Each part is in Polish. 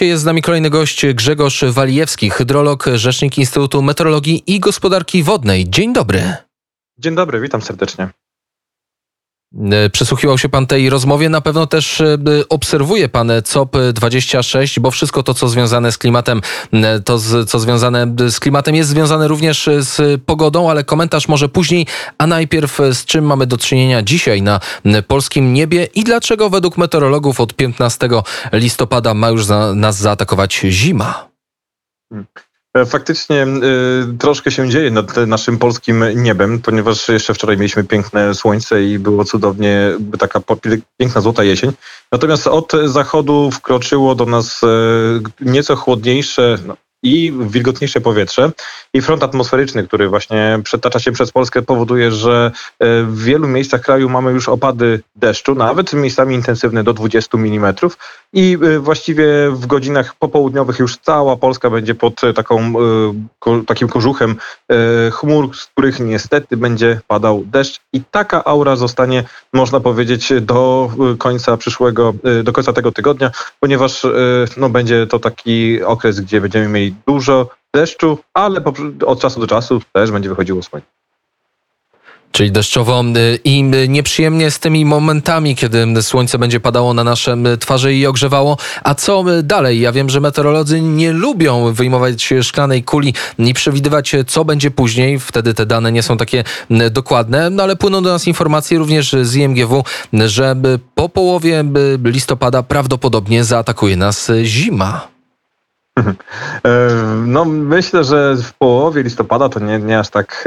Jest z nami kolejny gość, Grzegorz Walijewski, hydrolog, rzecznik Instytutu Meteorologii i Gospodarki Wodnej. Dzień dobry. Dzień dobry, witam serdecznie. Przysłuchiwał się pan tej rozmowie, na pewno też obserwuje pan COP26, bo wszystko to, co związane z klimatem, co związane z klimatem jest związane również z pogodą, ale komentarz może później, a najpierw z czym mamy do czynienia dzisiaj na polskim niebie i dlaczego według meteorologów od 15 listopada ma już nas zaatakować zima? Faktycznie troszkę się dzieje nad naszym polskim niebem, ponieważ jeszcze wczoraj mieliśmy piękne słońce i było cudownie, taka piękna złota jesień. Natomiast od zachodu wkroczyło do nas nieco chłodniejsze i wilgotniejsze powietrze i front atmosferyczny, który właśnie przetacza się przez Polskę, powoduje, że w wielu miejscach kraju mamy już opady deszczu, nawet miejscami intensywne do 20 mm i właściwie w godzinach popołudniowych już cała Polska będzie pod takim kożuchem chmur, z których niestety będzie padał deszcz i taka aura zostanie, można powiedzieć, do końca tego tygodnia, ponieważ będzie to taki okres, gdzie będziemy mieli dużo deszczu, ale od czasu do czasu też będzie wychodziło słońce. Czyli deszczowo i nieprzyjemnie z tymi momentami, kiedy słońce będzie padało na nasze twarze i ogrzewało. A co dalej? Ja wiem, że meteorolodzy nie lubią wyjmować szklanej kuli i przewidywać, co będzie później. Wtedy te dane nie są takie dokładne, ale płyną do nas informacje również z IMGW, że po połowie listopada prawdopodobnie zaatakuje nas zima. Myślę, że w połowie listopada to nie aż tak,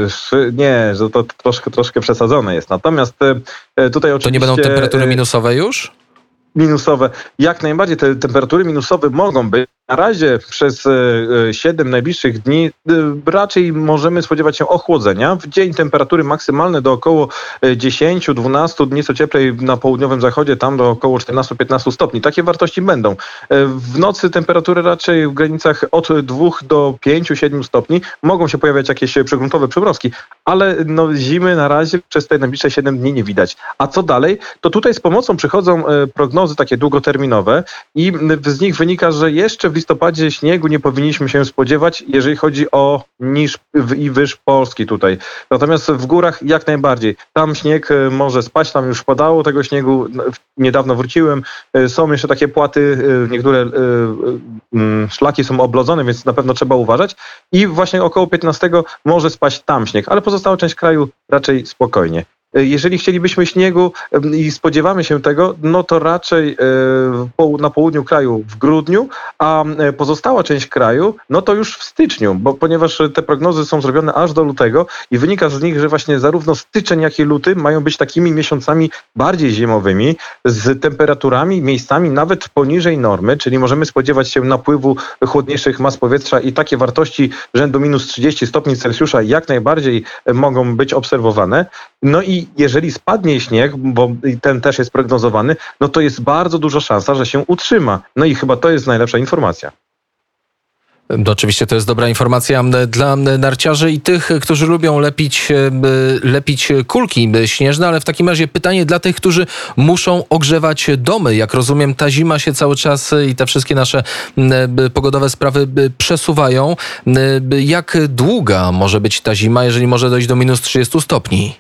że to troszkę przesadzone jest. Natomiast tutaj oczywiście... To nie będą temperatury minusowe już? Minusowe. Jak najbardziej te temperatury minusowe mogą być. Na razie przez 7 najbliższych dni raczej możemy spodziewać się ochłodzenia. W dzień temperatury maksymalne do około 10-12, nieco cieplej na południowym zachodzie, tam do około 14-15 stopni. Takie wartości będą. W nocy temperatury raczej w granicach od 2 do 5-7 stopni. Mogą się pojawiać jakieś przygruntowe przymrozki, ale zimy na razie przez te najbliższe 7 dni nie widać. A co dalej? To tutaj z pomocą przychodzą prognozy takie długoterminowe i z nich wynika, że jeszcze w listopadzie śniegu nie powinniśmy się spodziewać, jeżeli chodzi o niż i wyż Polski tutaj. Natomiast w górach jak najbardziej. Tam śnieg może spaść, tam już padało tego śniegu. Niedawno wróciłem. Są jeszcze takie płaty, niektóre szlaki są oblodzone, więc na pewno trzeba uważać. I właśnie około 15 może spaść tam śnieg, ale pozostała część kraju raczej spokojnie. Jeżeli chcielibyśmy śniegu i spodziewamy się tego, to raczej na południu kraju w grudniu, a pozostała część kraju, to już w styczniu, ponieważ te prognozy są zrobione aż do lutego i wynika z nich, że właśnie zarówno styczeń, jak i luty mają być takimi miesiącami bardziej zimowymi, z temperaturami, miejscami nawet poniżej normy, czyli możemy spodziewać się napływu chłodniejszych mas powietrza i takie wartości rzędu minus 30 stopni Celsjusza jak najbardziej mogą być obserwowane. I jeżeli spadnie śnieg, bo ten też jest prognozowany, to jest bardzo duża szansa, że się utrzyma. I chyba to jest najlepsza informacja. Oczywiście to jest dobra informacja dla narciarzy i tych, którzy lubią lepić kulki śnieżne, ale w takim razie pytanie dla tych, którzy muszą ogrzewać domy. Jak rozumiem, ta zima się cały czas i te wszystkie nasze pogodowe sprawy przesuwają. Jak długa może być ta zima, jeżeli może dojść do minus 30 stopni?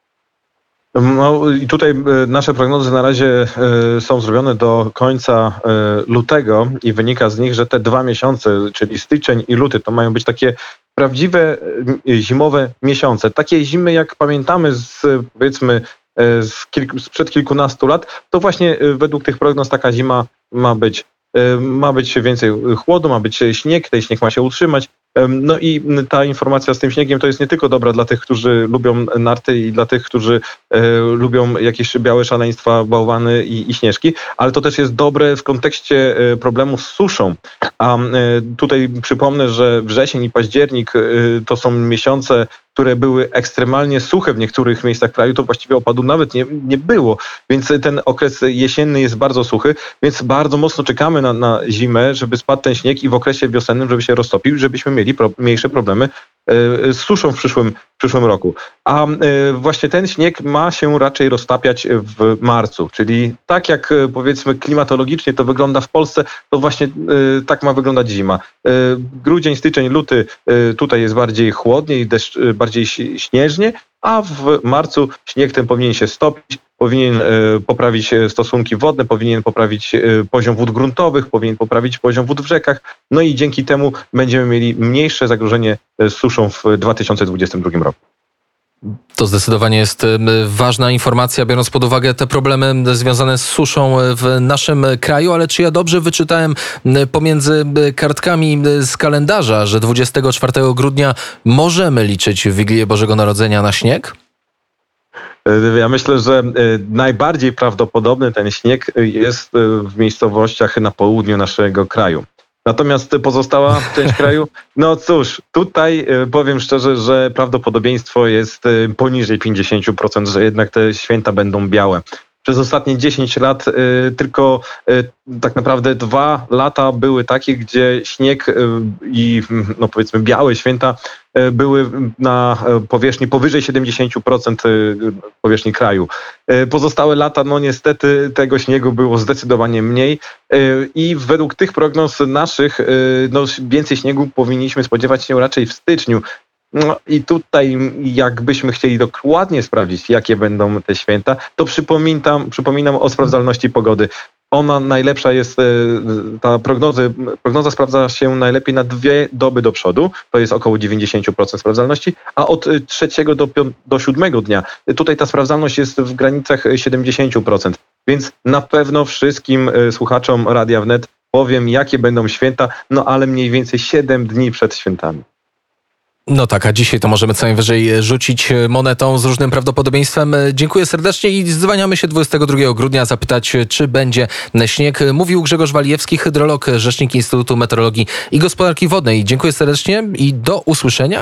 I tutaj nasze prognozy na razie są zrobione do końca lutego i wynika z nich, że te 2 miesiące, czyli styczeń i luty, to mają być takie prawdziwe zimowe miesiące. Takie zimy, jak pamiętamy powiedzmy sprzed kilkunastu lat, to właśnie według tych prognoz taka zima ma być. Ma być więcej chłodu, ma być śnieg, ten śnieg ma się utrzymać. I ta informacja z tym śniegiem to jest nie tylko dobra dla tych, którzy lubią narty i dla tych, którzy lubią jakieś białe szaleństwa, bałwany i śnieżki, ale to też jest dobre w kontekście problemu z suszą. A tutaj przypomnę, że wrzesień i październik to są miesiące, które były ekstremalnie suche w niektórych miejscach kraju, to właściwie opadu nawet nie było. Więc ten okres jesienny jest bardzo suchy, więc bardzo mocno czekamy na zimę, żeby spadł ten śnieg i w okresie wiosennym, żeby się roztopił, żebyśmy mieli mniejsze problemy z suszą w przyszłym roku. A właśnie ten śnieg ma się raczej roztapiać w marcu, czyli tak jak powiedzmy klimatologicznie to wygląda w Polsce, to właśnie tak ma wyglądać zima. Grudzień, styczeń, luty tutaj jest bardziej chłodniej, bardziej śnieżnie, a w marcu śnieg ten powinien się stopić, powinien poprawić stosunki wodne, powinien poprawić poziom wód gruntowych, powinien poprawić poziom wód w rzekach, no i dzięki temu będziemy mieli mniejsze zagrożenie suszą w 2022 roku. To zdecydowanie jest ważna informacja, biorąc pod uwagę te problemy związane z suszą w naszym kraju, ale czy ja dobrze wyczytałem pomiędzy kartkami z kalendarza, że 24 grudnia możemy liczyć Wigilię Bożego Narodzenia na śnieg? Ja myślę, że najbardziej prawdopodobny ten śnieg jest w miejscowościach na południu naszego kraju. Natomiast pozostała część kraju, no cóż, tutaj powiem szczerze, że prawdopodobieństwo jest poniżej 50%, że jednak te święta będą białe. Przez ostatnie 10 lat tylko tak naprawdę 2 lata były takie, gdzie śnieg i no powiedzmy białe święta były na powierzchni powyżej 70% powierzchni kraju. Pozostałe lata, no niestety tego śniegu było zdecydowanie mniej i według tych prognoz naszych, no więcej śniegu powinniśmy spodziewać się raczej w styczniu. No i tutaj jakbyśmy chcieli dokładnie sprawdzić, jakie będą te święta, to przypominam o sprawdzalności pogody. Ona najlepsza jest, ta prognoza sprawdza się najlepiej na 2 doby do przodu, to jest około 90% sprawdzalności, a od 3 do 7 dnia, tutaj ta sprawdzalność jest w granicach 70%. Więc na pewno wszystkim słuchaczom Radia Wnet powiem, jakie będą święta, no ale mniej więcej 7 dni przed świętami. No tak, a dzisiaj to możemy co najwyżej rzucić monetą z różnym prawdopodobieństwem. Dziękuję serdecznie i dzwaniamy się 22 grudnia zapytać, czy będzie śnieg. Mówił Grzegorz Walijewski, hydrolog, rzecznik Instytutu Meteorologii i Gospodarki Wodnej. Dziękuję serdecznie i do usłyszenia.